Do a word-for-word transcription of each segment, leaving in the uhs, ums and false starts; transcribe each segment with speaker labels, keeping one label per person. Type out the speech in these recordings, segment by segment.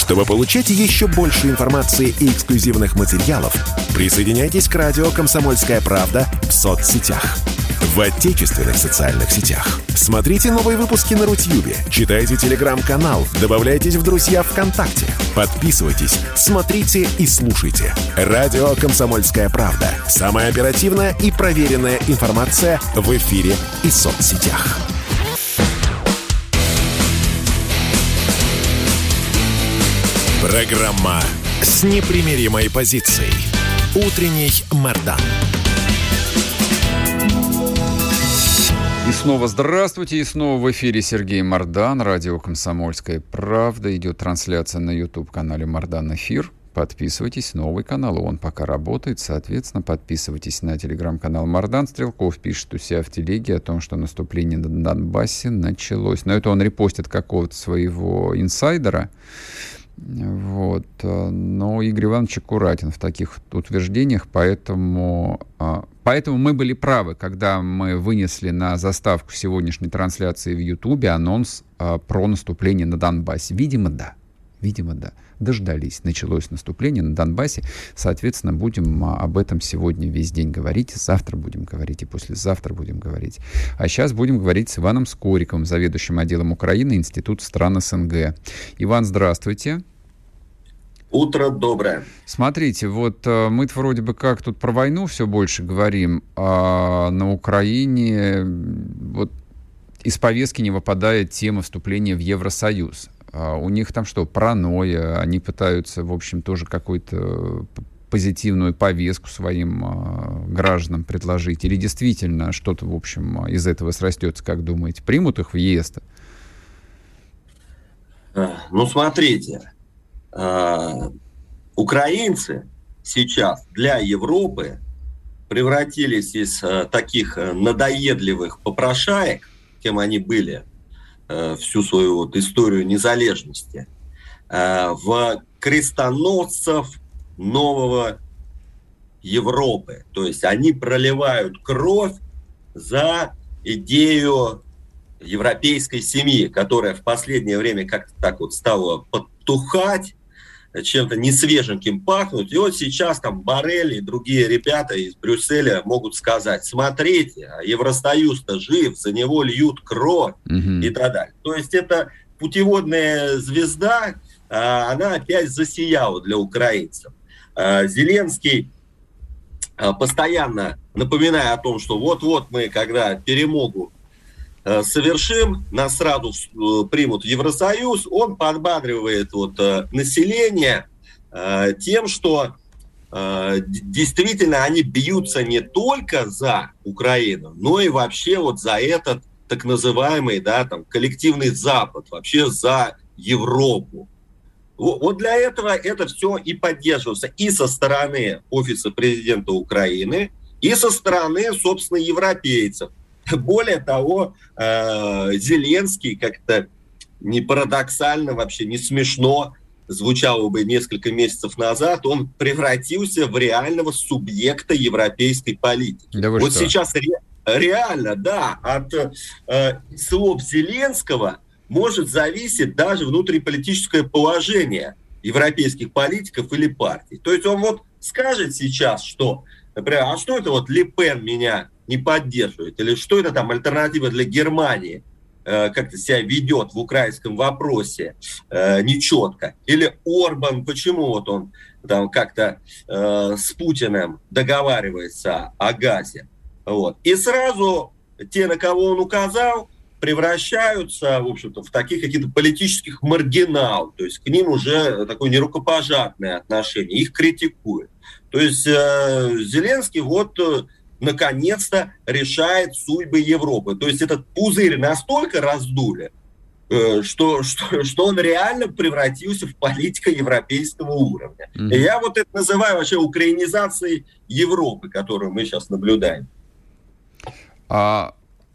Speaker 1: Чтобы получать еще больше информации и эксклюзивных материалов, присоединяйтесь к радио «Комсомольская правда» в соцсетях. В отечественных социальных сетях. Смотрите новые выпуски на Рутьюбе, читайте телеграм-канал, добавляйтесь в друзья ВКонтакте, подписывайтесь, смотрите и слушайте. Радио «Комсомольская правда». Самая оперативная и проверенная информация в эфире и соцсетях. Программа с непримиримой позицией. Утренний Мардан.
Speaker 2: И снова здравствуйте, и снова в эфире Сергей Мардан, радио «Комсомольская правда». Идет трансляция на YouTube-канале «Мардан Эфир». Подписывайтесь, новый канал, он пока работает, соответственно, подписывайтесь на телеграм-канал Мардан. Стрелков пишет у себя в телеге о том, что наступление на Донбассе началось. Но это он репостит какого-то своего инсайдера. Вот. Но Игорь Иванович аккуратен в таких утверждениях, поэтому, поэтому мы были правы, когда мы вынесли на заставку сегодняшней трансляции в Ютубе анонс про наступление на Донбассе. Видимо, да. Видимо, да. Дождались. Началось наступление на Донбассе. Соответственно, будем об этом сегодня весь день говорить. Завтра будем говорить и послезавтра будем говорить. А сейчас будем говорить с Иваном Скориковым, заведующим отделом Украины Института стран СНГ. Иван, здравствуйте.
Speaker 3: Утро доброе.
Speaker 2: Смотрите, вот мы вроде бы как тут про войну все больше говорим, а на Украине вот из повестки не выпадает тема вступления в Евросоюз. У них там что, паранойя, они пытаются, в общем, тоже какую-то позитивную повестку своим э, гражданам предложить? Или действительно что-то, в общем, из этого срастется, как думаете? Примут их в ЕС-то?
Speaker 3: Ну, смотрите, э, украинцы сейчас для Европы превратились из э, таких надоедливых попрошаек, кем они были, всю свою вот историю незалежности, в крестоносцев нового Европы. То есть они проливают кровь за идею европейской семьи, которая в последнее время как-то так вот стала подтухать, чем-то несвеженьким пахнуть. И вот сейчас там Боррель и другие ребята из Брюсселя могут сказать: смотрите, Евросоюз-то жив, за него льют кровь mm-hmm. и так далее. То есть это путеводная звезда, она опять засияла для украинцев. Зеленский, постоянно напоминая о том, что вот-вот мы, когда перемогу совершим, нас сразу примут в Евросоюз, он подбадривает вот население тем, что действительно они бьются не только за Украину, но и вообще вот за этот так называемый, да, там, коллективный Запад, вообще за Европу. Вот для этого это все и поддерживается и со стороны Офиса президента Украины, и со стороны, собственно, европейцев. Более того, Зеленский, как-то не парадоксально, вообще не смешно, звучало бы несколько месяцев назад, он превратился в реального субъекта европейской политики. Да вот что? Сейчас ре- реально, да, от э, слов Зеленского может зависеть даже внутриполитическое положение европейских политиков или партий. То есть он вот скажет сейчас, что, например, а что это вот Ле Пен меня не поддерживает, или что это там альтернатива для Германии э, как-то себя ведет в украинском вопросе э, нечетко, или Орбан, почему вот он там как-то э, с Путиным договаривается о газе, вот. И сразу те, на кого он указал, превращаются, в общем-то, в таких каких-то политических маргинал, то есть к ним уже такое нерукопожатное отношение, их критикуют. То есть э, Зеленский вот наконец-то решает судьбы Европы. То есть этот пузырь настолько раздули, что, что, что он реально превратился в политика европейского уровня. Mm-hmm. И я вот это называю вообще украинизацией Европы, которую мы сейчас наблюдаем.
Speaker 2: А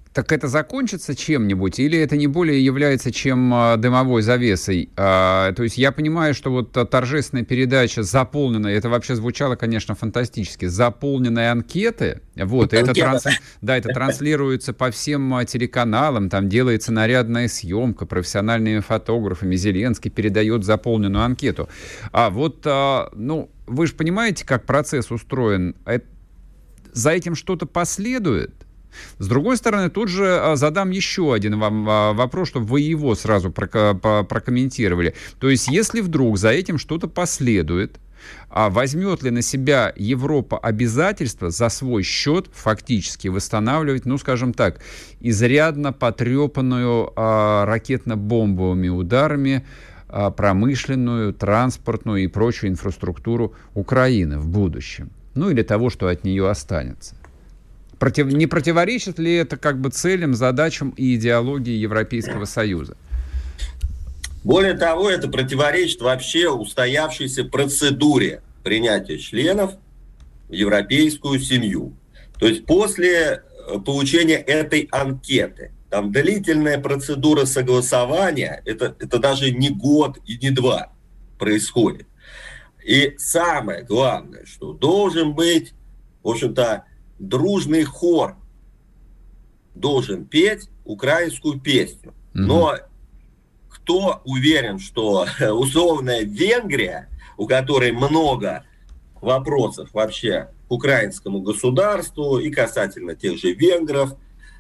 Speaker 2: Так это закончится чем-нибудь, или это не более является чем а, дымовой завесой? А, то есть я понимаю, что вот а, торжественная передача заполненная, это вообще звучало, конечно, фантастически, заполненные анкеты, вот, это, транс, да, это транслируется по всем а, телеканалам, там делается нарядная съемка профессиональными фотографами, Зеленский передает заполненную анкету. А вот, а, ну, вы же понимаете, как процесс устроен, это, за этим что-то последует? С другой стороны, тут же задам еще один вам вопрос, чтобы вы его сразу прокомментировали. То есть, если вдруг за этим что-то последует, возьмет ли на себя Европа обязательство за свой счет фактически восстанавливать, ну, скажем так, изрядно потрепанную ракетно-бомбовыми ударами промышленную, транспортную и прочую инфраструктуру Украины в будущем? Ну, или того, что от нее останется. Против, не противоречит ли это как бы целям, задачам и идеологии Европейского Союза?
Speaker 3: Более того, это противоречит вообще устоявшейся процедуре принятия членов в европейскую семью. То есть после получения этой анкеты, там длительная процедура согласования, это, это даже не год и не два происходит. И самое главное, что должен быть, в общем-то, дружный хор должен петь украинскую песню. Mm-hmm. Но кто уверен, что условная Венгрия, у которой много вопросов вообще к украинскому государству и касательно тех же венгров,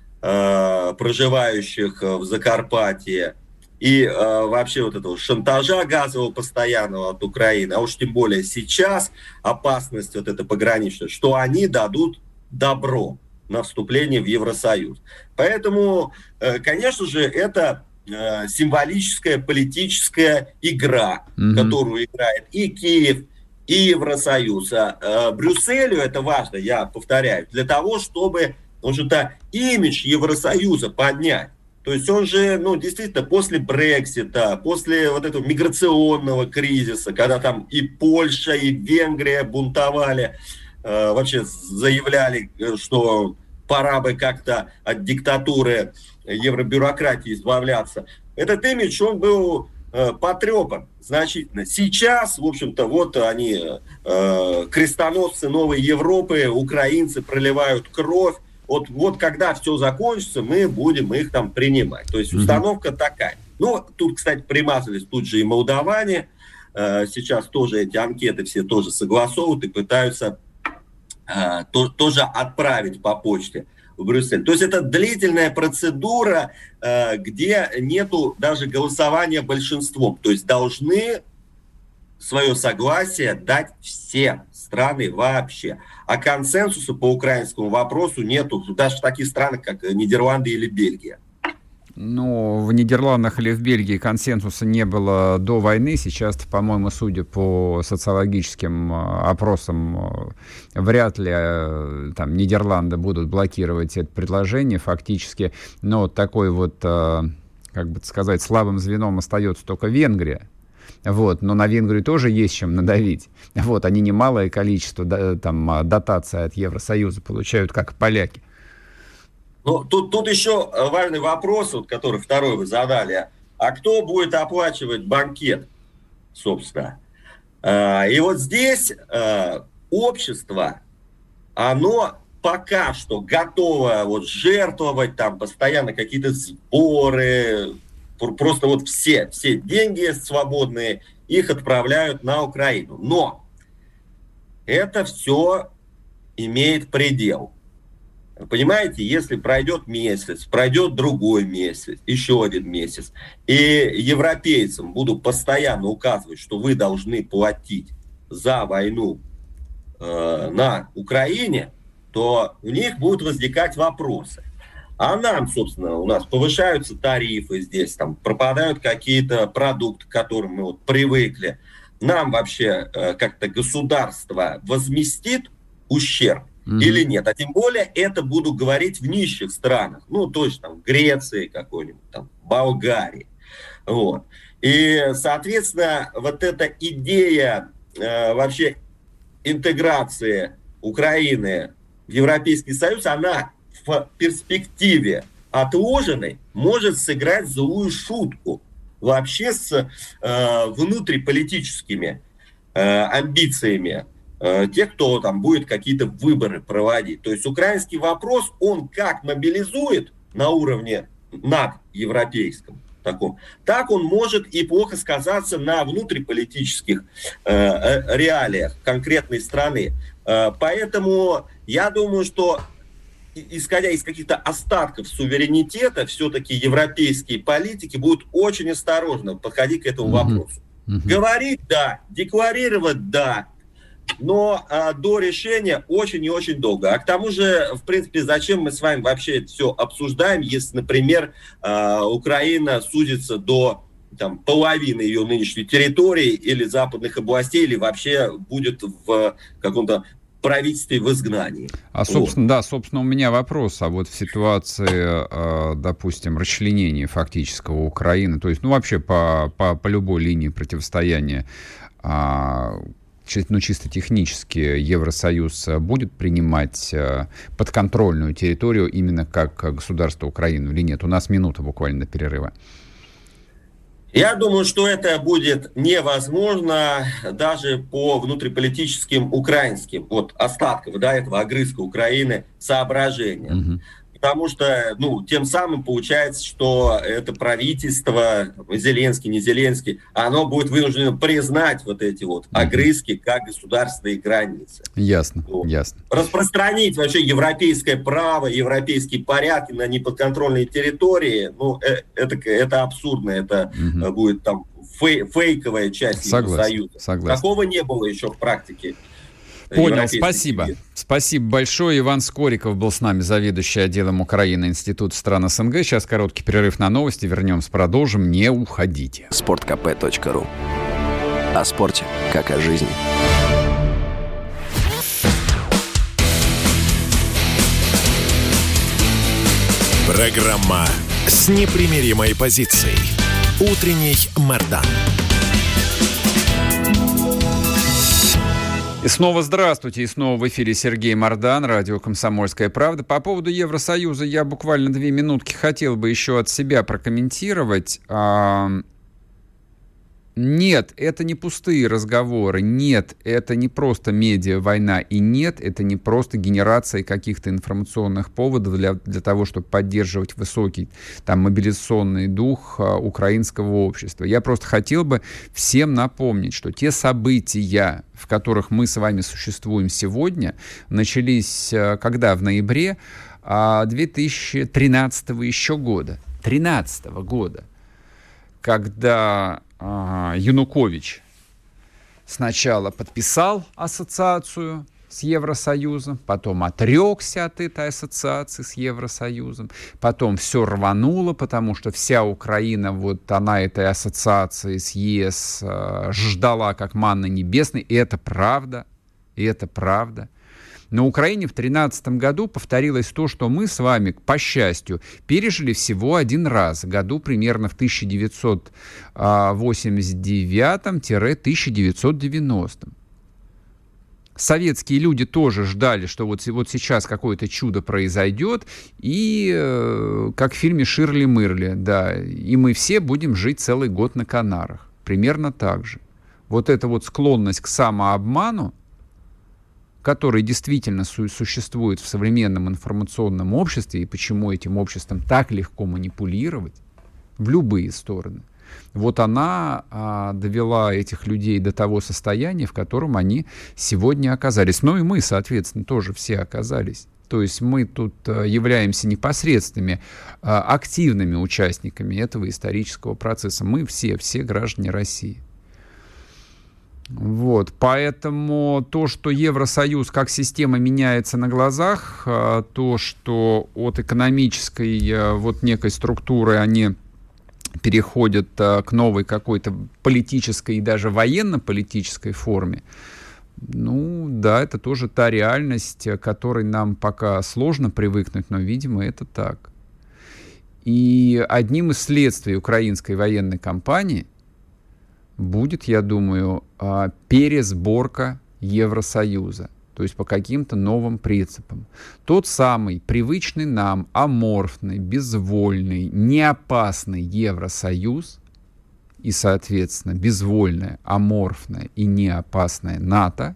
Speaker 3: э, проживающих в Закарпатье, и э, вообще вот этого шантажа газового постоянного от Украины, а уж тем более сейчас опасность вот эта пограничная, что они дадут добро на вступление в Евросоюз. Поэтому, конечно же, это символическая политическая игра, mm-hmm. которую играет и Киев, и Евросоюз. А Брюсселю это важно, я повторяю, для того, чтобы, в общем-то, имидж Евросоюза поднять. То есть он же, ну, действительно, после Брексита, после вот этого миграционного кризиса, когда там и Польша, и Венгрия бунтовали, вообще заявляли, что пора бы как-то от диктатуры евробюрократии избавляться. Этот имидж, он был э, потрепан значительно. Сейчас, в общем-то, вот они, э, крестоносцы новой Европы, украинцы проливают кровь. Вот, вот когда все закончится, мы будем их там принимать. То есть установка mm-hmm. такая. Ну, тут, кстати, примазались тут же и молдаване. Э, сейчас тоже эти анкеты все тоже согласовывают и пытаются То, тоже отправить по почте в Брюссель. То есть это длительная процедура, где нету даже голосования большинством. То есть должны свое согласие дать все страны вообще. А консенсуса по украинскому вопросу нету даже в таких странах, как Нидерланды или Бельгия.
Speaker 2: Ну, в Нидерландах или в Бельгии консенсуса не было до войны. Сейчас, по-моему, судя по социологическим опросам, вряд ли там Нидерланды будут блокировать это предложение фактически. Но такой вот, как бы сказать, слабым звеном остается только Венгрия. Вот, но на Венгрию тоже есть чем надавить. Вот, они немалое количество там, дотаций от Евросоюза получают, как поляки.
Speaker 3: Ну, тут, тут еще важный вопрос, вот, который второй вы задали. А кто будет оплачивать банкет, собственно? И вот здесь общество, оно пока что готово вот жертвовать там постоянно какие-то сборы, просто вот все, все деньги свободные, их отправляют на Украину. Но это все имеет предел. Понимаете, если пройдет месяц, пройдет другой месяц, еще один месяц, и европейцам будут постоянно указывать, что вы должны платить за войну э, на Украине, то у них будут возникать вопросы. А нам, собственно, у нас повышаются тарифы здесь, там пропадают какие-то продукты, к которым мы вот привыкли. Нам вообще э, как-то государство возместит ущерб? Mm-hmm. Или нет. А тем более это буду говорить в нищих странах. Ну, точно, там, в Греции какой-нибудь, там, в Болгарии. Вот. И, соответственно, вот эта идея э, вообще интеграции Украины в Европейский Союз, она в перспективе отложенной может сыграть злую шутку вообще с э, внутриполитическими э, амбициями э, тех, кто там будет какие-то выборы проводить. То есть украинский вопрос, он как мобилизует на уровне надевропейском таком, так он может и плохо сказаться на внутриполитических э, реалиях конкретной страны. Э, поэтому я думаю, что исходя из каких-то остатков суверенитета, все-таки европейские политики будут очень осторожно подходить к этому mm-hmm. вопросу. Mm-hmm. Говорить – да, декларировать – да, но а, до решения очень и очень долго. А к тому же, в принципе, зачем мы с вами вообще это все обсуждаем, если, например, а, Украина сузится до там, половины ее нынешней территории или западных областей, или вообще будет в каком-то правительстве в изгнании.
Speaker 2: А, собственно, вот. да, собственно, у меня вопрос. А вот в ситуации, допустим, расчленения фактического Украины, то есть, ну, вообще по, по, по любой линии противостояния, ну, чисто технически Евросоюз будет принимать подконтрольную территорию именно как государство Украину или нет? У нас минута буквально до перерыва.
Speaker 3: Я думаю, что это будет невозможно даже по внутриполитическим украинским, вот остатков, да, этого огрызка Украины соображениям. Угу. Потому что, ну, тем самым получается, что это правительство, Зеленский, не Зеленский, оно будет вынуждено признать вот эти вот огрызки как государственные границы.
Speaker 2: Ясно,
Speaker 3: вот. ясно. Распространить вообще европейское право, европейские порядки на неподконтрольные территории, ну, это, это абсурдно, это угу. будет там фей, фейковая часть Евросоюза.
Speaker 2: Согласен.
Speaker 3: Такого не было еще в практике.
Speaker 2: Понял, спасибо. Мир. Спасибо большое. Иван Скориков был с нами, заведующий отделом Украины Института стран СНГ. Сейчас короткий перерыв на новости. Вернемся, продолжим. Не уходите.
Speaker 4: спорт кей пи точка ру. О спорте, как о жизни.
Speaker 1: Программа с непримиримой позицией. Утренний Мардан.
Speaker 2: И снова здравствуйте, и снова в эфире Сергей Мардан, радио «Комсомольская правда». По поводу Евросоюза я буквально две минутки хотел бы еще от себя прокомментировать. Нет, это не пустые разговоры, нет, это не просто медиа-война, и нет, это не просто генерация каких-то информационных поводов для, для того, чтобы поддерживать высокий там, мобилизационный дух а, украинского общества. Я просто хотел бы всем напомнить, что те события, в которых мы с вами существуем сегодня, начались а, когда? В ноябре а, две тысячи тринадцатого еще года, тринадцатого года, когда Янукович сначала подписал ассоциацию с Евросоюзом, потом отрекся от этой ассоциации с Евросоюзом, потом все рвануло, потому что вся Украина, вот она этой ассоциации с ЕС ждала как манна небесной, и это правда, и это правда. На Украине в две тысячи тринадцатом году повторилось то, что мы с вами, по счастью, пережили всего один раз, году примерно в тысяча девятьсот восемьдесят девятом - тысяча девятьсот девяностом. Советские люди тоже ждали, что вот, вот сейчас какое-то чудо произойдет, и э, как в фильме «Ширли-мырли», да, и мы все будем жить целый год на Канарах. Примерно так же. Вот эта вот склонность к самообману, который действительно су- существует в современном информационном обществе, и почему этим обществом так легко манипулировать в любые стороны, вот она а, довела этих людей до того состояния, в котором они сегодня оказались. Ну и мы, соответственно, тоже все оказались. То есть мы тут а, являемся непосредственными, а, активными участниками этого исторического процесса. Мы все, все граждане России. Вот, поэтому то, что Евросоюз как система меняется на глазах, то, что от экономической вот некой структуры они переходят к новой какой-то политической и даже военно-политической форме, ну да, это тоже та реальность, к которой нам пока сложно привыкнуть, но, видимо, это так. И одним из следствий украинской военной кампании будет, я думаю, пересборка Евросоюза. то есть по каким-то новым принципам. Тот самый привычный нам аморфный, безвольный, неопасный Евросоюз и, соответственно, безвольное, аморфное и неопасное НАТО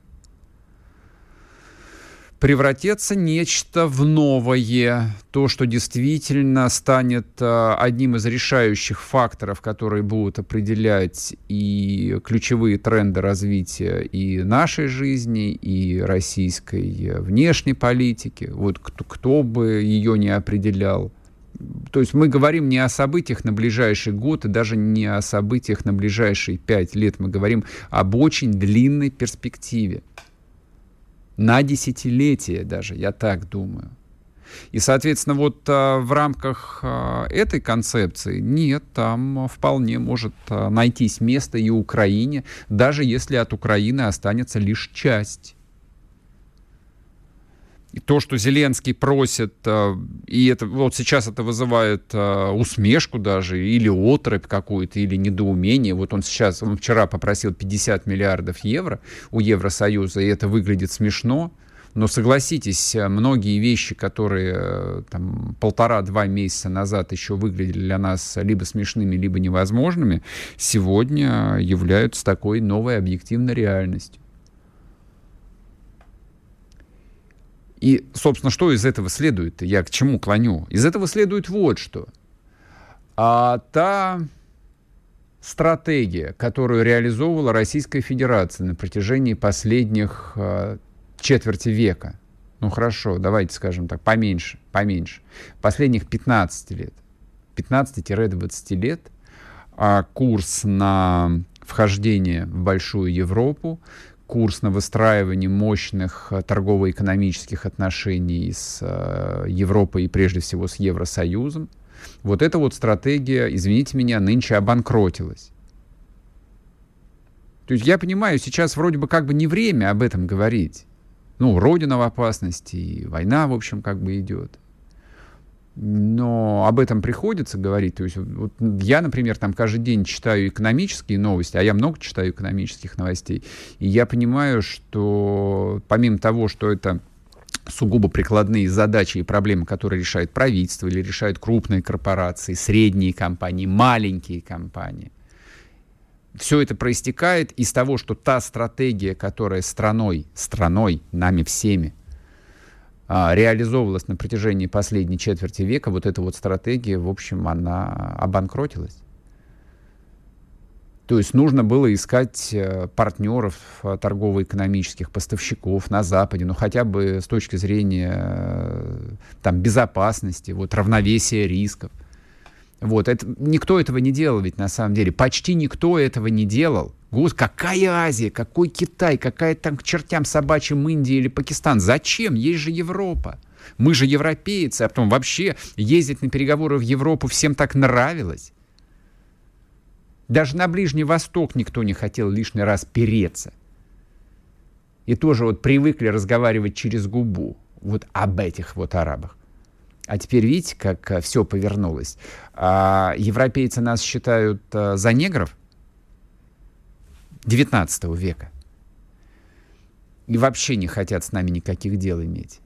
Speaker 2: превратится в нечто в новое, то, что действительно станет а, одним из решающих факторов, которые будут определять и ключевые тренды развития и нашей жизни, и российской внешней политики. Вот кто, кто бы ее не определял. То есть мы говорим не о событиях на ближайший год и даже не о событиях на ближайшие пять лет. Мы говорим об очень длинной перспективе. На десятилетие даже, я так думаю. И, соответственно, вот а, в рамках а, этой концепции нет, там вполне может а, найтись место и Украине, даже если от Украины останется лишь часть. И то, что Зеленский просит, и это, вот сейчас это вызывает усмешку даже, или оторопь какую-то, или недоумение. Вот он сейчас, он вчера попросил пятьдесят миллиардов евро у Евросоюза, и это выглядит смешно. Но согласитесь, многие вещи, которые там, полтора-два месяца назад еще выглядели для нас либо смешными, либо невозможными, сегодня являются такой новой объективной реальностью. И, собственно, что из этого следует? Я к чему клоню? Из этого следует вот что. А та стратегия, которую реализовывала Российская Федерация на протяжении последних а, четверти века, ну хорошо, давайте скажем так, поменьше, поменьше, последних пятнадцать лет, пятнадцать-двадцать лет, а курс на вхождение в большую Европу, курс на выстраивание мощных торгово-экономических отношений с э, Европой и прежде всего с Евросоюзом, вот эта вот стратегия, извините меня, нынче обанкротилась. То есть я понимаю, сейчас вроде бы как бы не время об этом говорить. Ну, Родина в опасности, и война, в общем, как бы идет. Но об этом приходится говорить. То есть вот я, например, там каждый день читаю экономические новости, а я много читаю экономических новостей, и я понимаю, что помимо того, что это сугубо прикладные задачи и проблемы, которые решает правительство или решают крупные корпорации, средние компании, маленькие компании, все это проистекает из того, что та стратегия, которая страной, страной, нами всеми, реализовывалась на протяжении последней четверти века, вот эта вот стратегия, в общем, она обанкротилась. То есть нужно было искать партнеров торгово-экономических, поставщиков на Западе, ну хотя бы с точки зрения там, безопасности, вот, равновесия рисков. Вот, это, никто этого не делал ведь на самом деле. Почти никто этого не делал. Господи, какая Азия, какой Китай, какая там к чертям собачьим Индия или Пакистан? Зачем? Есть же Европа. Мы же европейцы, а потом вообще ездить на переговоры в Европу всем так нравилось. Даже на Ближний Восток никто не хотел лишний раз переться. И тоже вот привыкли разговаривать через губу вот об этих вот арабах. А теперь видите, как все повернулось. А европейцы нас считают а, за негров девятнадцатого века. И вообще не хотят с нами никаких дел иметь.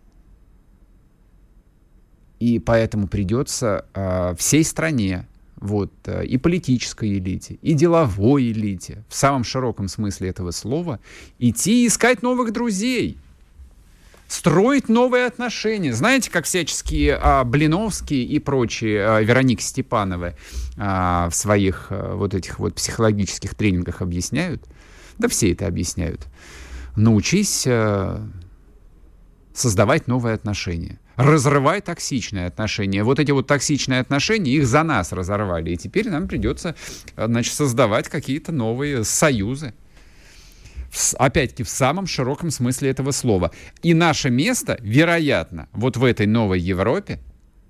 Speaker 2: И поэтому придется а, всей стране, вот, а, и политической элите, и деловой элите, в самом широком смысле этого слова, идти искать новых друзей. Строить новые отношения. Знаете, как всяческие а, Блиновские и прочие, а, Вероника Степановы а, в своих а, вот этих вот психологических тренингах объясняют? Да все это объясняют. Научись а, создавать новые отношения. Разрывай токсичные отношения. Вот эти вот токсичные отношения, их за нас разорвали. И теперь нам придется, значит, создавать какие-то новые союзы. Опять-таки, в самом широком смысле этого слова. И наше место, вероятно, вот в этой новой Европе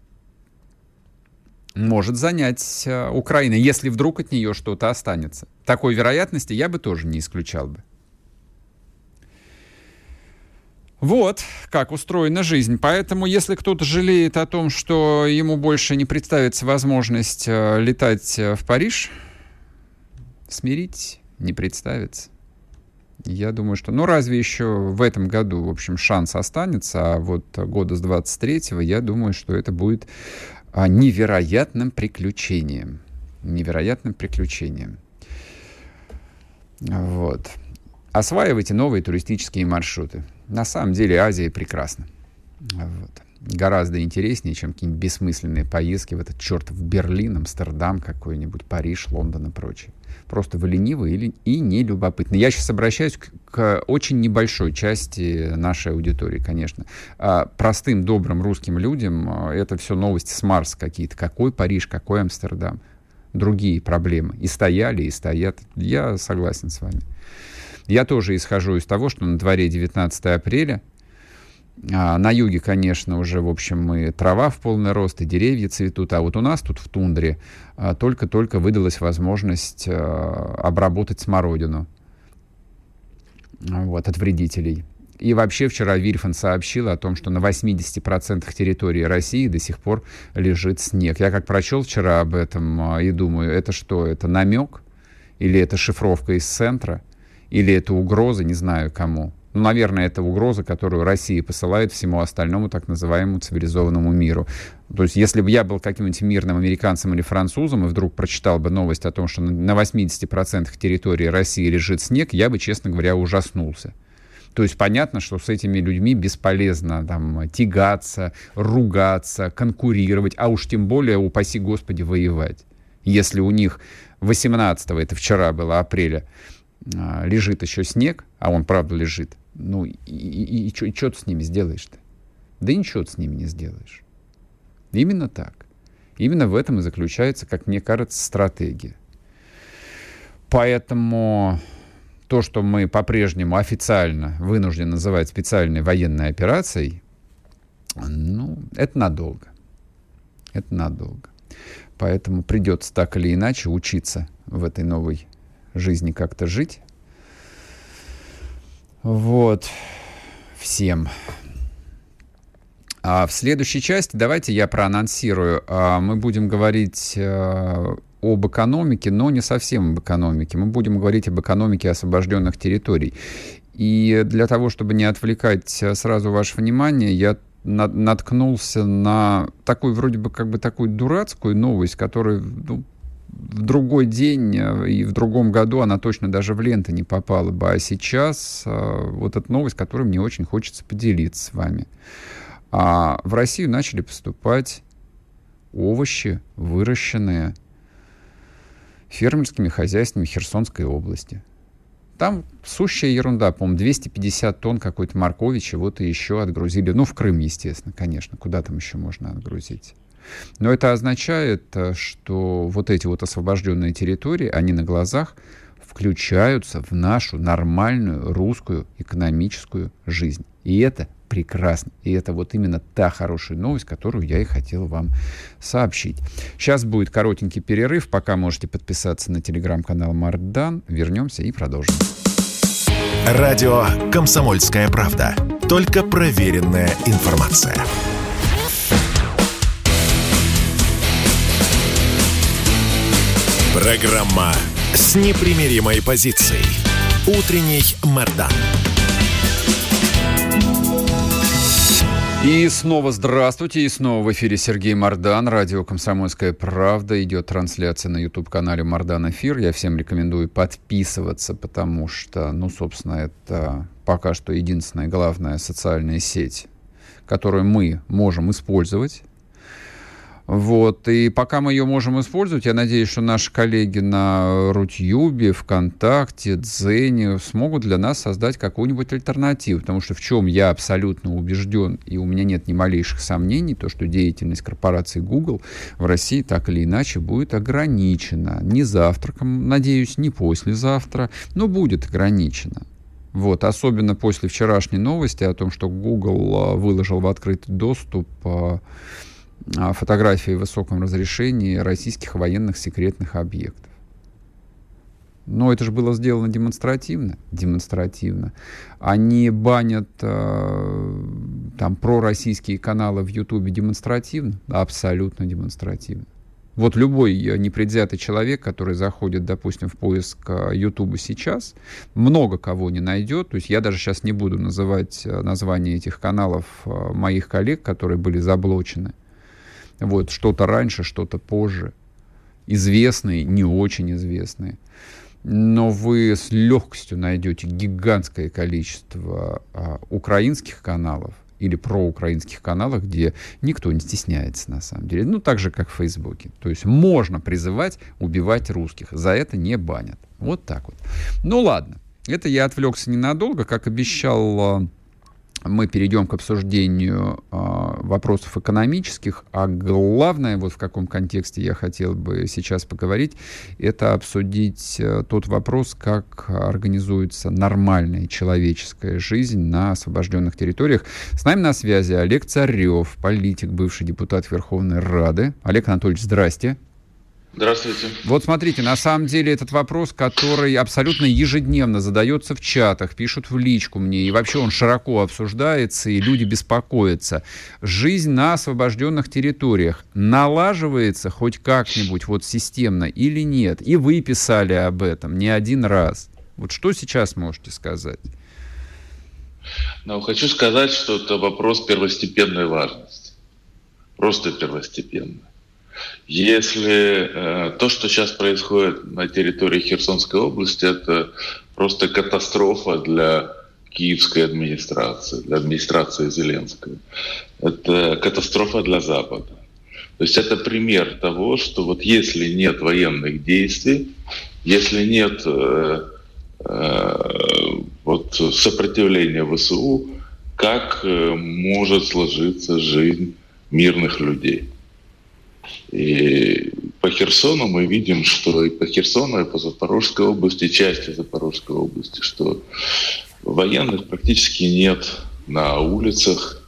Speaker 2: может занять э, Украина, если вдруг от нее что-то останется. Такой вероятности я бы тоже не исключал бы. Вот как устроена жизнь. Поэтому, если кто-то жалеет о том, что ему больше не представится возможность э, летать в Париж, смиритесь, не представится. Я думаю, что... Ну, разве еще в этом году, в общем, шанс останется, а вот года с двадцать третьего, я думаю, что это будет а, невероятным приключением. Невероятным приключением. Вот. Осваивайте новые туристические маршруты. На самом деле Азия прекрасна. Вот. Гораздо интереснее, чем какие-нибудь бессмысленные поездки в этот чертов Берлин, Амстердам какой-нибудь, Париж, Лондон и прочее. Просто вы ленивы или, и нелюбопытны. Я сейчас обращаюсь к, к очень небольшой части нашей аудитории, конечно. А простым, добрым русским людям это все новости с Марса какие-то. Какой Париж, какой Амстердам. Другие проблемы. И стояли, и стоят. Я согласен с вами. Я тоже исхожу из того, что на дворе девятнадцатое апреля. А на юге, конечно, уже, в общем, мы трава в полный рост, и деревья цветут. А вот у нас тут в тундре а, только-только выдалась возможность а, обработать смородину вот, от вредителей. И вообще вчера Вильфан сообщил о том, что на восемьдесят процентов территории России до сих пор лежит снег. Я как прочел вчера об этом а, и думаю, это что, это намек? Или это шифровка из центра? Или это угроза, не знаю кому. Ну, наверное, это угроза, которую Россия посылает всему остальному так называемому цивилизованному миру. То есть, если бы я был каким-нибудь мирным американцем или французом и вдруг прочитал бы новость о том, что на восемьдесят процентов территории России лежит снег, я бы, честно говоря, ужаснулся. То есть понятно, что с этими людьми бесполезно там, тягаться, ругаться, конкурировать, а уж тем более, упаси Господи, воевать. Если у них восемнадцатого, это вчера было, апреля, лежит еще снег, а он правда лежит, ну и, и, и, и что ты с ними сделаешь-то? Да ничего ты с ними не сделаешь. Именно так. Именно в этом и заключается, как мне кажется, стратегия. Поэтому то, что мы по-прежнему официально вынуждены называть специальной военной операцией, ну, это надолго. Это надолго. Поэтому придется так или иначе учиться в этой новой жизни как-то жить. Вот. Всем. А в следующей части давайте я проанонсирую. А мы будем говорить а, об экономике, но не совсем об экономике. Мы будем говорить об экономике освобожденных территорий. И для того, чтобы не отвлекать сразу ваше внимание, я на- наткнулся на такую, вроде бы, как бы такую дурацкую новость, которая, ну, в другой день и в другом году она точно даже в ленты не попала бы. А сейчас а, вот эта новость, которой мне очень хочется поделиться с вами. А в Россию начали поступать овощи, выращенные фермерскими хозяйствами Херсонской области. Там сущая ерунда, по-моему, двести пятьдесят тонн какой-то моркови, чего-то еще отгрузили. Ну, в Крым, естественно, конечно. Куда там еще можно отгрузить? Но это означает, что вот эти вот освобожденные территории, они на глазах включаются в нашу нормальную русскую экономическую жизнь. И это прекрасно. И это вот именно та хорошая новость, которую я и хотел вам сообщить. Сейчас будет коротенький перерыв. Пока можете подписаться на телеграм-канал Мардан. Вернемся и продолжим.
Speaker 1: Радио «Комсомольская правда». Только проверенная информация. Программа с непримиримой позицией. Утренний Мардан.
Speaker 2: И снова здравствуйте, и снова в эфире Сергей Мардан, радио «Комсомольская правда». Идет трансляция на YouTube-канале Мардан Эфир. Я всем рекомендую подписываться, потому что, ну, собственно, это пока что единственная главная социальная сеть, которую мы можем использовать. Вот, и пока мы ее можем использовать, я надеюсь, что наши коллеги на Рутюбе, ВКонтакте, Дзене смогут для нас создать какую-нибудь альтернативу, потому что в чем я абсолютно убежден, и у меня нет ни малейших сомнений, то, что деятельность корпорации Google в России так или иначе будет ограничена. Не завтра, надеюсь, не послезавтра, но будет ограничена. Вот, особенно после вчерашней новости о том, что Google выложил в открытый доступ фотографии в высоком разрешении российских военных секретных объектов. Но это же было сделано демонстративно. Демонстративно. Они банят э, там пророссийские каналы в Ютубе демонстративно? Абсолютно демонстративно. Вот любой непредвзятый человек, который заходит, допустим, в поиск Ютуба сейчас, много кого не найдет. То есть я даже сейчас не буду называть названия этих каналов моих коллег, которые были заблочены. Вот, что-то раньше, что-то позже. Известные, не очень известные. Но вы с легкостью найдете гигантское количество а, украинских каналов или проукраинских каналов, где никто не стесняется, на самом деле. Ну, так же, как в Фейсбуке. То есть можно призывать убивать русских. За это не банят. Вот так вот. Ну, ладно. Это я отвлекся ненадолго. Как обещал, мы перейдем к обсуждению э, вопросов экономических, а главное, вот в каком контексте я хотел бы сейчас поговорить, это обсудить э, тот вопрос, как организуется нормальная человеческая жизнь на освобожденных территориях. С нами на связи Олег Царев, политик, бывший депутат Верховной Рады. Олег Анатольевич, здрасте.
Speaker 5: Здравствуйте.
Speaker 2: Вот смотрите, на самом деле этот вопрос, который абсолютно ежедневно задается в чатах, пишут в личку мне, и вообще он широко обсуждается, и люди беспокоятся. Жизнь на освобожденных территориях налаживается хоть как-нибудь вот системно или нет? И вы писали об этом не один раз. Вот что сейчас можете сказать?
Speaker 5: Ну, хочу сказать, что это вопрос первостепенной важности. Просто первостепенной. Если э, то, что сейчас происходит на территории Херсонской области, это просто катастрофа для киевской администрации, для администрации Зеленского. Это катастрофа для Запада. То есть это пример того, что вот если нет военных действий, если нет э, э, вот сопротивления ВСУ, как э, может сложиться жизнь мирных людей? И по Херсону мы видим, что и по Херсону, и по Запорожской области, части Запорожской области, что военных практически нет на улицах,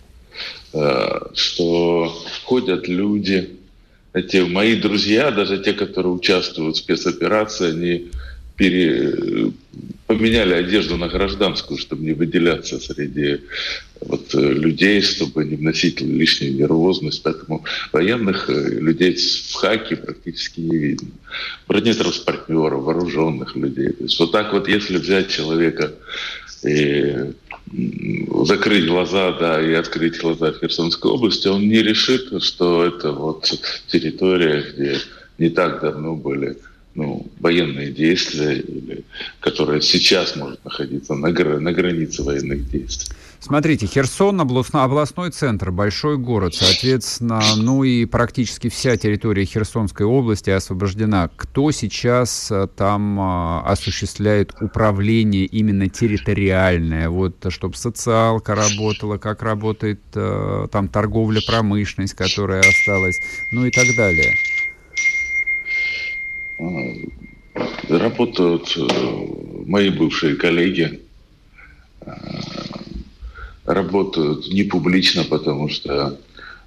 Speaker 5: что ходят люди. Эти мои друзья, даже те, которые участвуют в спецоперации, они пере... поменяли одежду на гражданскую, чтобы не выделяться среди вот, людей, чтобы не вносить лишнюю нервозность. Поэтому военных людей в хаке практически не видно. Бронетранспортеров, вооруженных людей. То есть вот так вот, если взять человека и закрыть глаза, да, и открыть глаза в Херсонской области, он не решит, что это вот территория, где не так давно были ну, военные действия, или, которые сейчас может находиться на, гра- на границе военных действий.
Speaker 2: Смотрите, Херсон, областной, областной центр, большой город, соответственно, ну и практически вся территория Херсонской области освобождена. Кто сейчас там а, осуществляет управление именно территориальное? Вот, чтобы социалка работала, как работает а, там торговля, промышленность, которая осталась, ну и так далее.
Speaker 5: Работают мои бывшие коллеги, работают не публично, потому что,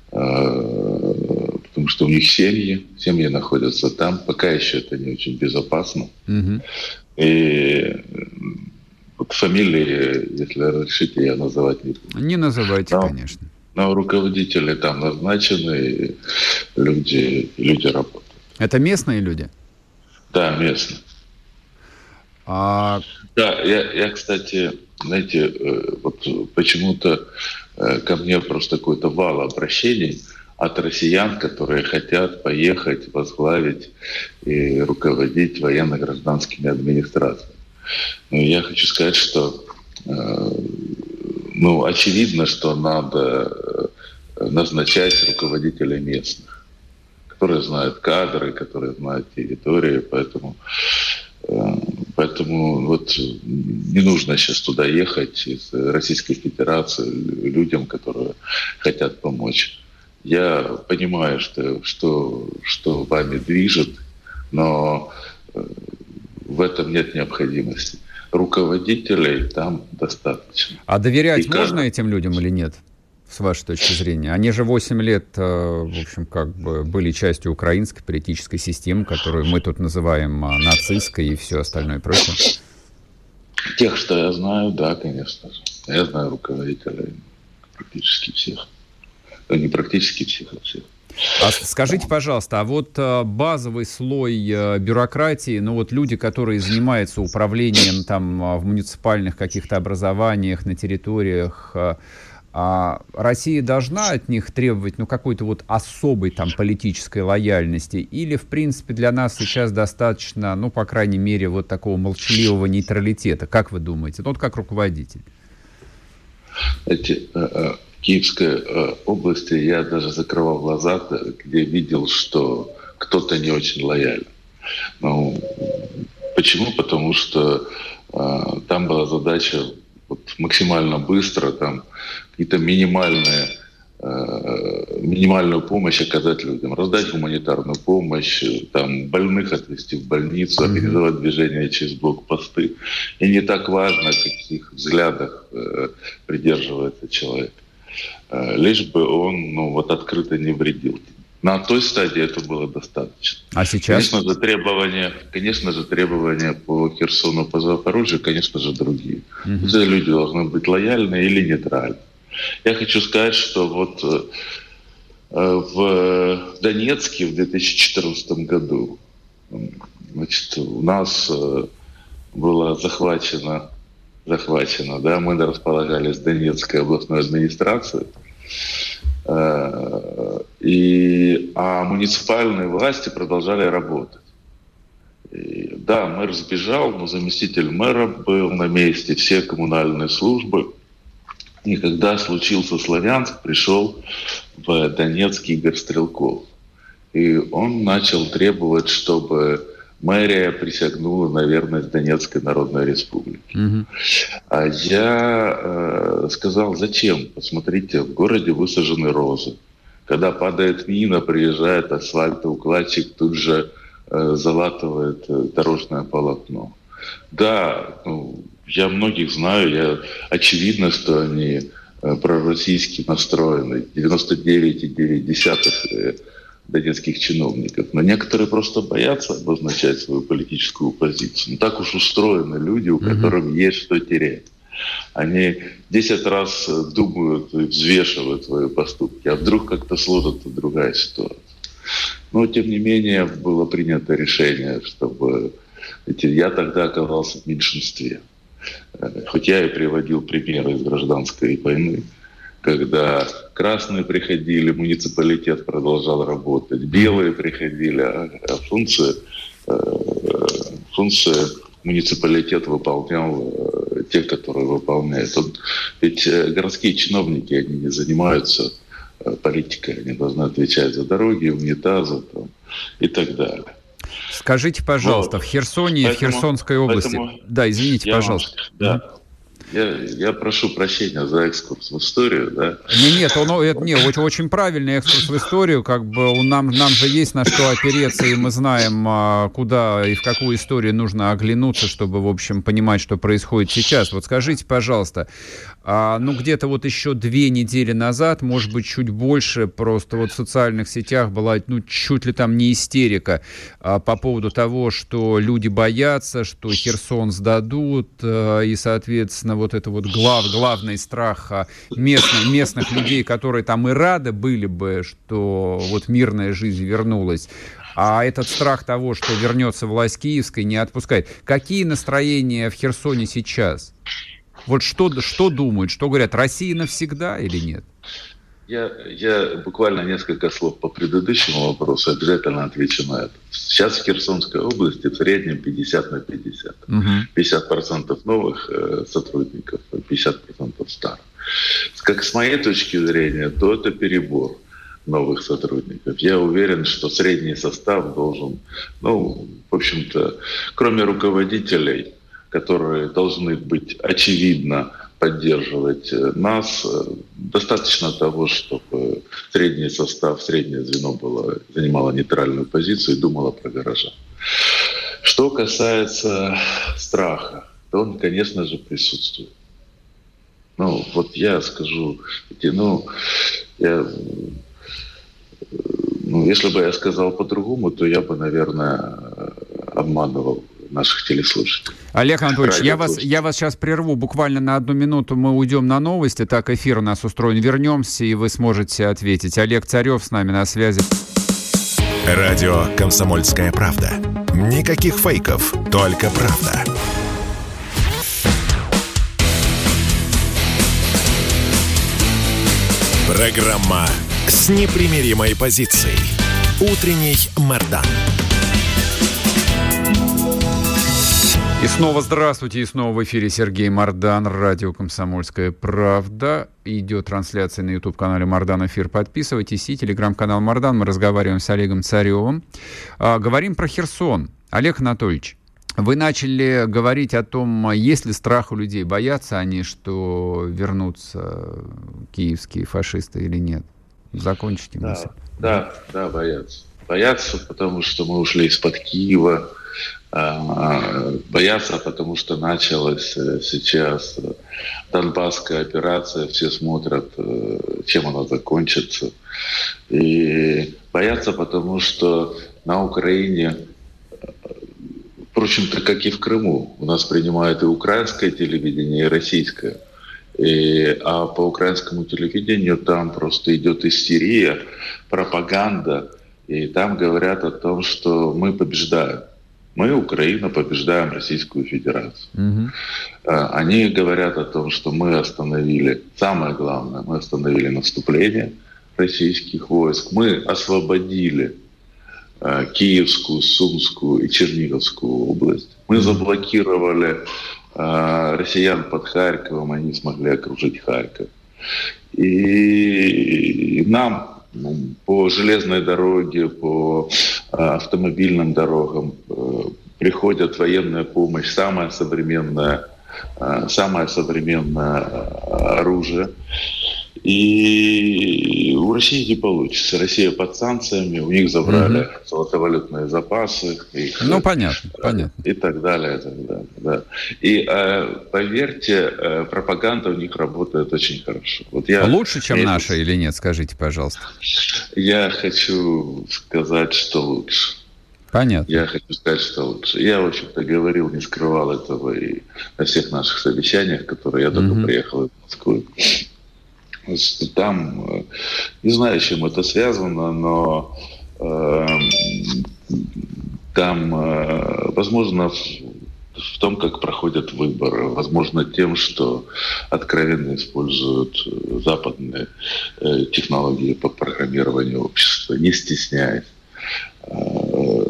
Speaker 5: потому что у них семьи, семьи находятся там, пока еще это не очень безопасно. Mm-hmm. И вот фамилии, если разрешите, я называть не буду.
Speaker 2: Не называйте, но, конечно.
Speaker 5: Но руководители там назначены, и люди, люди работают.
Speaker 2: Это местные люди?
Speaker 5: Да, местно.
Speaker 2: А...
Speaker 5: Да, я, я, кстати, знаете, вот почему-то ко мне просто какой-то вал обращений от россиян, которые хотят поехать, возглавить и руководить военно-гражданскими администрациями. Но я хочу сказать, что ну, очевидно, что надо назначать руководителей местных, которые знают кадры, которые знают территорию, поэтому, поэтому вот не нужно сейчас туда ехать из Российской Федерации людям, которые хотят помочь. Я понимаю, что, что, что вами движет, но в этом нет необходимости. Руководителей там достаточно.
Speaker 2: А доверять
Speaker 5: И
Speaker 2: можно
Speaker 5: как...
Speaker 2: этим людям или нет? С вашей точки зрения. Они же восемь лет, в общем, как бы были частью украинской политической системы, которую мы тут называем нацистской и все остальное прочее.
Speaker 5: Тех, что я знаю, да, конечно же. Я знаю руководителей практически всех. Ну, не практически всех, а всех.
Speaker 2: А скажите, пожалуйста, а вот базовый слой бюрократии, ну вот люди, которые занимаются управлением там в муниципальных каких-то образованиях, на территориях, а Россия должна от них требовать, ну, какой-то вот особой там политической лояльности? Или, в принципе, для нас сейчас достаточно, ну, по крайней мере, вот такого молчаливого нейтралитета? Как вы думаете? Ну, вот как руководитель.
Speaker 5: Эти, в Киевской области я даже закрывал глаза, где видел, что кто-то не очень лоялен. Ну, почему? Потому что там была задача вот максимально быстро, там какие-то минимальные, э, минимальную помощь оказать людям, раздать гуманитарную помощь, там больных отвезти в больницу, организовать движение через блокпосты. И не так важно, в каких взглядах э, придерживается человек. Э, лишь бы он ну, вот открыто не вредил. На той стадии это было достаточно.
Speaker 2: А сейчас?
Speaker 5: Конечно же, требования, конечно же, требования по Херсону, по Запорожью, конечно же, другие. Угу. Все люди должны быть лояльны или нейтральны. Я хочу сказать, что вот э, в Донецке в две тысячи четырнадцатом году значит, у нас э, было захвачено, захвачено, да, мы располагались в Донецкой областной администрации. И, а муниципальные власти продолжали работать. И, да, мэр сбежал, но заместитель мэра был на месте, все коммунальные службы. И когда случился Славянск, пришел в Донецк Игорь Стрелков. И он начал требовать, чтобы мэрия присягнула на верность Донецкой Народной Республике. Mm-hmm. А я э, сказал, зачем? Посмотрите, в городе высажены розы. Когда падает мина, приезжает асфальтоукладчик, тут же э, залатывает э, дорожное полотно. Да, ну, я многих знаю, я, очевидно, что они э, пророссийски настроены. девяносто девять целых девять десятых э, донецких чиновников. Но некоторые просто боятся обозначать свою политическую позицию. Ну, так уж устроены люди, у которых mm-hmm. есть что терять. Они десять раз думают и взвешивают свои поступки, а вдруг как-то сложится другая ситуация. Но, тем не менее, было принято решение, чтобы... Я тогда оказался в меньшинстве. Хоть я и приводил примеры из гражданской войны, когда красные приходили, муниципалитет продолжал работать, белые приходили, а, а функции, э, функции муниципалитет выполнял э, те, которые выполняют. Он, ведь э, городские чиновники, они не занимаются э, политикой, они должны отвечать за дороги, унитазы там, и так далее.
Speaker 2: Скажите, пожалуйста, вот. в Херсоне, поэтому, в Херсонской области... Да, извините, пожалуйста.
Speaker 5: Вам, да. Я, я прошу прощения за экскурс в историю, да?
Speaker 2: Не, нет, он, это, не, очень, очень правильный экскурс в историю, как бы у нам, нам же есть на что опереться, и мы знаем, куда и в какую историю нужно оглянуться, чтобы, в общем, понимать, что происходит сейчас. Вот скажите, пожалуйста, а, ну, где-то вот еще две недели назад, может быть, чуть больше, просто вот в социальных сетях была, ну, чуть ли там не истерика а, по поводу того, что люди боятся, что Херсон сдадут, а, и, соответственно, вот это вот глав, главный страх местных, местных людей, которые там и рады были бы, что вот мирная жизнь вернулась, а этот страх того, что вернется власть киевская, не отпускает. Какие настроения в Херсоне сейчас? Вот что, что думают, что говорят, Россия навсегда или нет?
Speaker 5: Я, я буквально несколько слов по предыдущему вопросу, обязательно отвечу на это. Сейчас в Херсонской области в среднем пятьдесят на пятьдесят. Угу. пятьдесят процентов новых э, сотрудников, пятьдесят процентов старых. Как с моей точки зрения, то это перебор новых сотрудников. Я уверен, что средний состав должен, ну, в общем-то, кроме руководителей, которые должны быть очевидно поддерживать нас, достаточно того, чтобы средний состав, среднее звено было, занимало нейтральную позицию и думало про горожан. Что касается страха, то он, конечно же, присутствует. Ну, вот я скажу, ну, я, ну, если бы я сказал по-другому, то я бы, наверное, обманывал наших телеслушателей.
Speaker 2: Олег Анатольевич, я вас, я вас сейчас прерву. Буквально на одну минуту мы уйдем на новости. Так эфир у нас устроен. Вернемся, и вы сможете ответить. Олег Царев с нами на связи.
Speaker 1: Радио «Комсомольская правда». Никаких фейков, только правда. Программа с непримиримой позицией. Утренний Мардан.
Speaker 2: И снова здравствуйте, и снова в эфире Сергей Мардан, радио «Комсомольская правда». Идет трансляция на YouTube-канале Мардан Эфир. Подписывайтесь. И телеграм-канал Мардан. Мы разговариваем с Олегом Царевым. А, говорим про Херсон. Олег Анатольевич, вы начали говорить о том, есть ли страх у людей, боятся они, что вернутся киевские фашисты или нет. Закончите мысль.
Speaker 5: Да, да, да, боятся. Боятся, потому что мы ушли из-под Киева. Боятся, потому что началась сейчас Донбасская операция, все смотрят, чем она закончится. И боятся, потому что на Украине, впрочем-то, как и в Крыму, у нас принимают и украинское телевидение, и российское. И, а по украинскому телевидению там просто идет истерия, пропаганда, и там говорят о том, что мы побеждаем. Мы, Украина, побеждаем Российскую Федерацию. Mm-hmm. Они говорят о том, что мы остановили, самое главное, мы остановили наступление российских войск, мы освободили э, Киевскую, Сумскую и Черниговскую область, мы заблокировали э, россиян под Харьковом, они смогли окружить Харьков. И нам по железной дороге, по автомобильным дорогам приходит военная помощь, самое современное, самое современное оружие. И у России не получится. Россия под санкциями, у них забрали угу. золотовалютные запасы. Их,
Speaker 2: ну, понятно, понятно.
Speaker 5: И так далее. И, так далее, да. И э, поверьте, э, пропаганда у них работает очень хорошо. Вот я,
Speaker 2: лучше, чем
Speaker 5: я,
Speaker 2: наша или нет? Скажите, пожалуйста.
Speaker 5: Я хочу сказать, что лучше.
Speaker 2: Понятно.
Speaker 5: Я хочу сказать, что лучше. Я, в общем-то, говорил, не скрывал этого и на всех наших совещаниях, которые я только угу. приехал из Москвы. Там, не знаю, с чем это связано, но э, там, э, возможно, в, в том, как проходят выборы, возможно, тем, что откровенно используют западные э, технологии по программированию общества, не стесняясь. Э,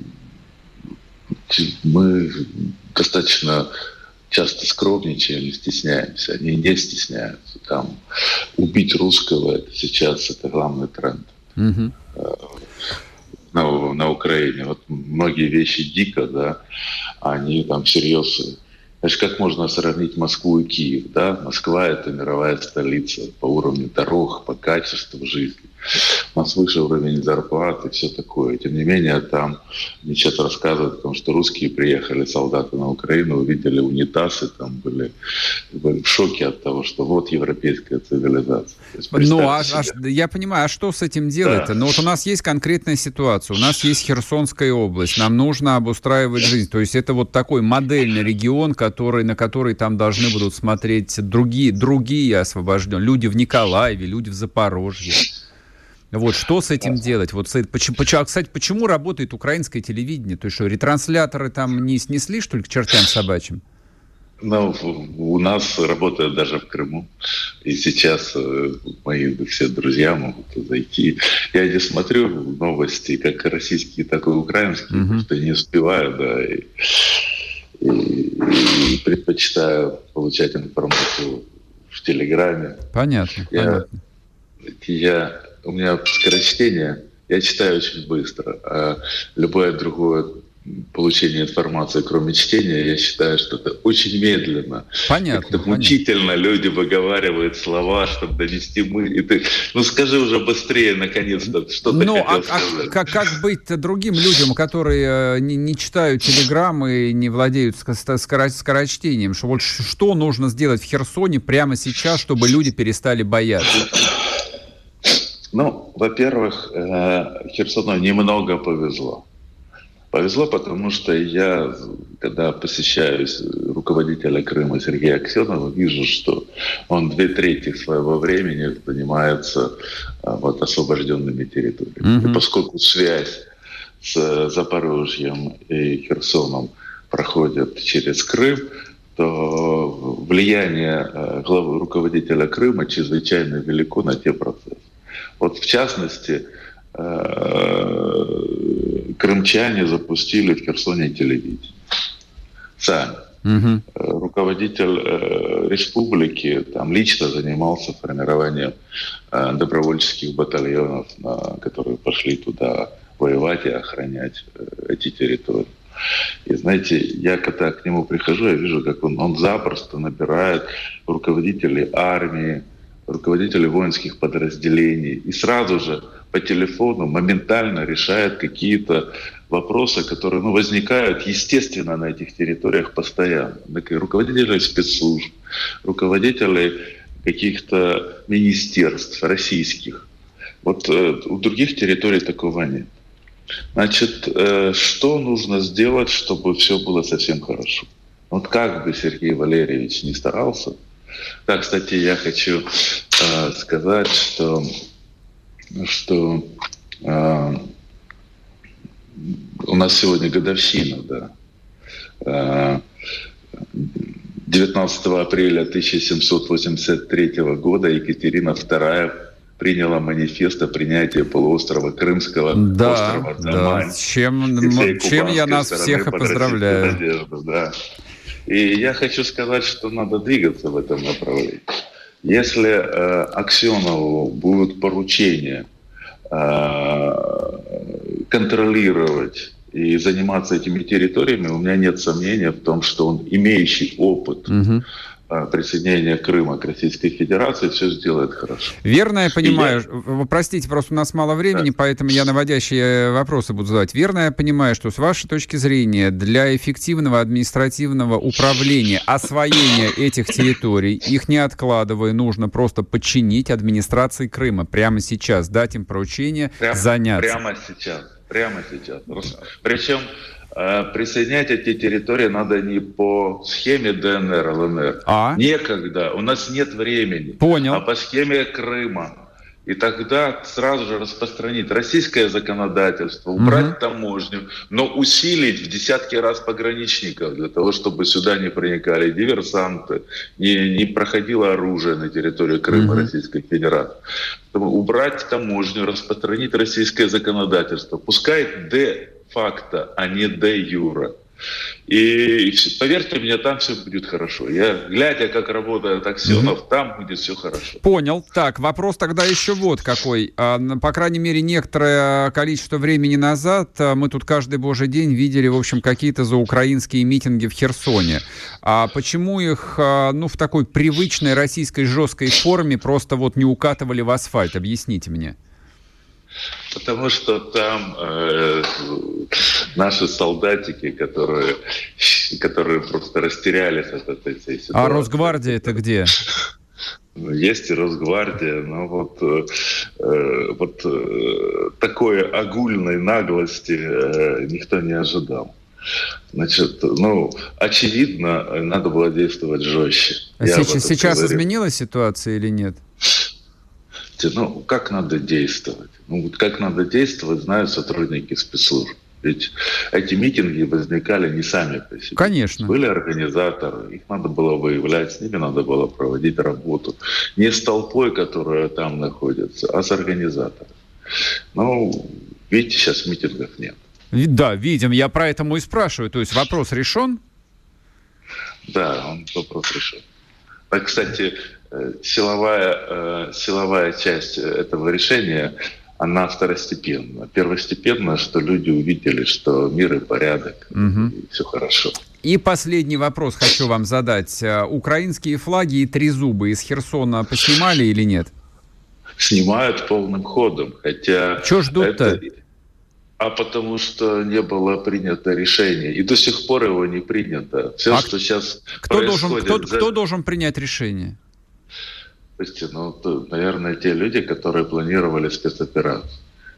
Speaker 5: мы достаточно часто скромничаем, не стесняемся. Они не стесняются. Там убить русского, это сейчас это главный тренд mm-hmm. на, на Украине. Вот многие вещи дико, да, они там всерьез. Значит, как можно сравнить Москву и Киев, да? Москва – это мировая столица по уровню дорог, по качеству жизни. У нас выше уровень зарплаты и все такое. Тем не менее, там мне сейчас рассказывают о том, что русские приехали, солдаты на Украину, увидели унитазы, там были, были в шоке от того, что вот европейская цивилизация.
Speaker 2: Ну, а, а, я понимаю, а что с этим делать-то? Да. Ну, вот у нас есть конкретная ситуация, у нас есть Херсонская область, нам нужно обустраивать жизнь. То есть это вот такой модельный регион, который, на который там должны будут смотреть другие, другие освобожденные. Люди в Николаеве, люди в Запорожье. Вот, что с этим делать? Вот, почему, кстати, почему работает украинское телевидение? То есть что, ретрансляторы там не снесли, что ли, к чертям собачьим?
Speaker 5: Ну, у нас работает даже в Крыму. И сейчас мои все друзья могут зайти. Я не смотрю новости, как российские, так и украинские, угу. потому что не успеваю, да, и, и, и предпочитаю получать информацию в Телеграме.
Speaker 2: Понятно,
Speaker 5: я,
Speaker 2: понятно.
Speaker 5: Я... У меня скорочтение, я читаю очень быстро, а любое другое получение информации, кроме чтения, я считаю, что это очень медленно.
Speaker 2: Понятно.
Speaker 5: Как-то мучительно люди выговаривают слова, чтобы донести мысль. И ты, ну скажи уже быстрее, наконец-то, что ты
Speaker 2: ну,
Speaker 5: хотел
Speaker 2: а,
Speaker 5: сказать.
Speaker 2: А как, как быть другим людям, которые не, не читают телеграммы и не владеют скоро, скорочтением? Что, вот, что нужно сделать в Херсоне прямо сейчас, чтобы люди перестали бояться?
Speaker 5: Ну, во-первых, Херсону немного повезло. Повезло, потому что я, когда посещаю руководителя Крыма Сергея Аксенова, вижу, что он две трети своего времени занимается вот, освобожденными территориями. Mm-hmm. И поскольку связь с Запорожьем и Херсоном проходит через Крым, то влияние главы руководителя Крыма чрезвычайно велико на те процессы. Вот в частности, крымчане запустили в Херсоне телевидение. Сами. Угу. Руководитель э, республики там лично занимался формированием э, добровольческих батальонов, э, которые пошли туда воевать и охранять э, эти территории. И знаете, я когда к нему прихожу, я вижу, как он, он запросто набирает руководителей армии, руководителей воинских подразделений и сразу же по телефону моментально решает какие-то вопросы, которые ну, возникают, естественно, на этих территориях постоянно. Руководители спецслужб, руководители каких-то министерств российских. Вот э, у других территорий такого нет. Значит, э, что нужно сделать, чтобы все было совсем хорошо? Вот как бы Сергей Валерьевич не старался. Да, кстати, я хочу э, сказать, что, что э, у нас сегодня годовщина, да. девятнадцатого апреля тысяча семьсот восемьдесят третьего года Екатерина вторая приняла манифест о принятии полуострова Крымского,
Speaker 2: да,
Speaker 5: острова Дамань.
Speaker 2: Да. Чем, чем я нас всех и поздравляю.
Speaker 5: Надежду, да. И я хочу сказать, что надо двигаться в этом направлении. Если э, Аксенову будут поручения контролировать и заниматься этими территориями, у меня нет сомнения в том, что он, имеющий опыт угу. присоединения Крыма к Российской Федерации, все сделает хорошо.
Speaker 2: Верно я понимаю, я... простите, просто у нас мало времени, да. Поэтому я наводящие вопросы буду задавать. Верно я понимаю, что с вашей точки зрения для эффективного административного управления, освоения этих территорий, их не откладывая, нужно просто подчинить администрации Крыма прямо сейчас, дать им поручение прямо, заняться.
Speaker 5: Прямо сейчас, прямо сейчас. Причем присоединять эти территории надо не по схеме ДНР, ЛНР. А? Некогда, у нас нет времени.
Speaker 2: Понял.
Speaker 5: А по схеме Крыма. И тогда сразу же распространить российское законодательство, убрать угу. таможню, но усилить в десятки раз пограничников для того, чтобы сюда не проникали диверсанты, не, не проходило оружие на территории Крыма, угу. Российской Федерации. Убрать таможню, распространить российское законодательство. Пускай де-факто, а не де-юра. И поверьте мне, там все будет хорошо. Я, глядя, как работает Аксенов, mm-hmm. там будет все хорошо.
Speaker 2: Понял. Так, вопрос тогда еще вот какой. По крайней мере, некоторое количество времени назад мы тут каждый божий день видели, в общем, какие-то заукраинские митинги в Херсоне. А почему их, ну, в такой привычной российской жесткой форме просто вот не укатывали в асфальт? Объясните мне.
Speaker 5: Потому что там э, наши солдатики, которые, которые просто растерялись от этой ситуации.
Speaker 2: А Росгвардия это где?
Speaker 5: Есть и Росгвардия, но вот, э, вот э, такой огульной наглости э, никто не ожидал. Значит, ну, очевидно, надо было действовать жестче.
Speaker 2: А сейчас, сейчас изменилась ситуация или нет?
Speaker 5: Ну, как надо действовать? Ну, вот как надо действовать, знают сотрудники спецслужб. Ведь эти митинги возникали не сами по себе.
Speaker 2: Конечно.
Speaker 5: Были организаторы, их надо было выявлять, с ними надо было проводить работу. Не с толпой, которая там находится, а с организаторами. Ну, видите, сейчас митингов нет.
Speaker 2: Да, видим, я про это и спрашиваю. То есть вопрос решен?
Speaker 5: Да, он вопрос решен. Так, кстати, силовая, силовая часть этого решения, она второстепенна. Первостепенно, что люди увидели, что мир и порядок, угу. и все хорошо.
Speaker 2: И последний вопрос хочу вам задать. Украинские флаги и трезубы из Херсона поснимали или нет?
Speaker 5: Снимают полным ходом, хотя...
Speaker 2: Чего ждут-то? Это...
Speaker 5: А потому что не было принято решение. И до сих пор его не принято. Все,
Speaker 2: а
Speaker 5: что сейчас
Speaker 2: кто
Speaker 5: происходит...
Speaker 2: Должен, кто, кто должен принять решение?
Speaker 5: Ну, то, наверное, те люди, которые планировали спецоперацию.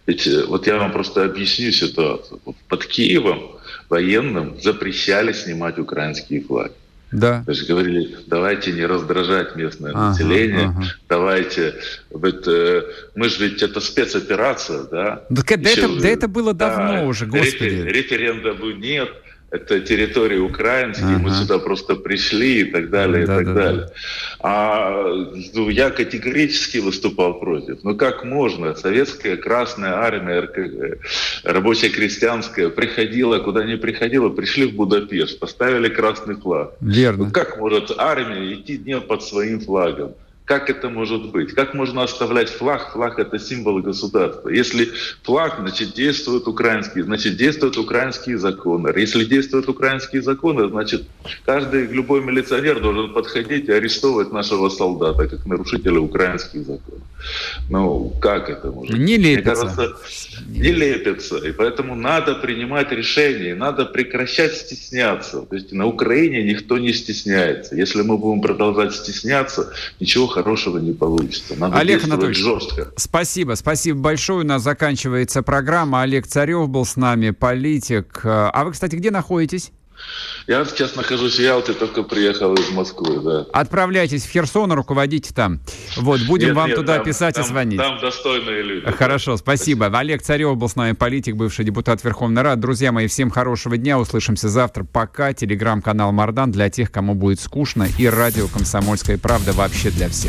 Speaker 5: Ведь вот я вам просто объясню ситуацию. Под Киевом военным запрещали снимать украинские флаги.
Speaker 2: Да.
Speaker 5: То есть говорили, давайте не раздражать местное ага, население, ага. давайте, вот, э, мы же ведь это спецоперация, да?
Speaker 2: Да, да, это, да это было давно да, уже, господи.
Speaker 5: Рефер, референдума нет, это территория украинская, ага. мы сюда просто пришли и так далее, да, и так да, далее. Да. А ну, я категорически выступал против. Ну как можно? Советская Красная Армия, рабочая крестьянская приходила, куда не приходила, пришли в Будапешт, поставили красный флаг.
Speaker 2: Верно.
Speaker 5: Ну как может армия идти днем под своим флагом? Как это может быть? Как можно оставлять флаг? Флаг – это символ государства. Если флаг, значит, действуют украинские, значит, действуют украинские законы. Если действуют украинские законы, значит, каждый, любой милиционер должен подходить и арестовывать нашего солдата, как нарушителя украинских законов. Ну, как это может быть?
Speaker 2: Не лепится.
Speaker 5: Мне кажется, не лепится. И поэтому надо принимать решения, надо прекращать стесняться. То есть на Украине никто не стесняется. Если мы будем продолжать стесняться, ничего хорошего не получится. Надо
Speaker 2: Олег
Speaker 5: действовать
Speaker 2: Анатольевич,
Speaker 5: жестко.
Speaker 2: Спасибо, спасибо большое. У нас заканчивается программа. Олег Царев был с нами, политик. А вы, кстати, где находитесь?
Speaker 5: Я сейчас нахожусь в Ялте, только приехал из Москвы, да.
Speaker 2: Отправляйтесь в Херсон, руководите там. Вот, будем
Speaker 5: нет,
Speaker 2: вам
Speaker 5: нет,
Speaker 2: туда
Speaker 5: там,
Speaker 2: писать
Speaker 5: там,
Speaker 2: и звонить.
Speaker 5: Там достойные люди.
Speaker 2: Хорошо, спасибо. спасибо. Олег Царев был с нами, политик, бывший депутат Верховной Рады. Друзья мои, всем хорошего дня. Услышимся завтра. Пока. Телеграм-канал Мардан для тех, кому будет скучно. И радио «Комсомольская правда» вообще для всех.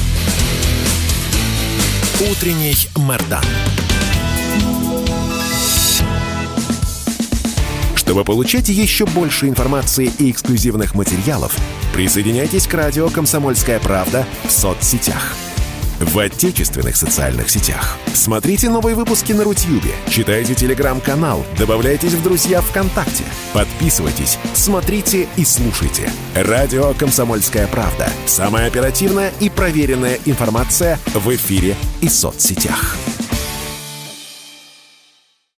Speaker 1: Утренний Мардан. Чтобы получать еще больше информации и эксклюзивных материалов, присоединяйтесь к радио «Комсомольская правда» в соцсетях. В отечественных социальных сетях. Смотрите новые выпуски на Рутьюбе, читайте телеграм-канал, добавляйтесь в друзья ВКонтакте, подписывайтесь, смотрите и слушайте. Радио «Комсомольская правда». Самая оперативная и проверенная информация в эфире и соцсетях.